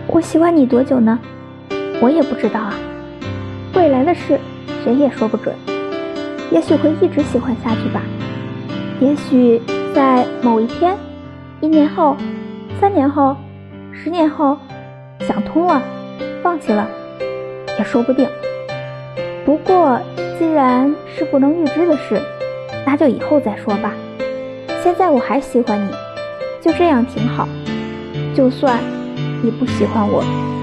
我喜欢你多久呢？我也不知道啊。未来的事谁也说不准，也许会一直喜欢下去吧。也许在某一天，1年后、3年后、10年后，想通了，放弃了，也说不定。不过既然是不能预知的事，那就以后再说吧。现在我还喜欢你，就这样挺好。就算你不喜欢我，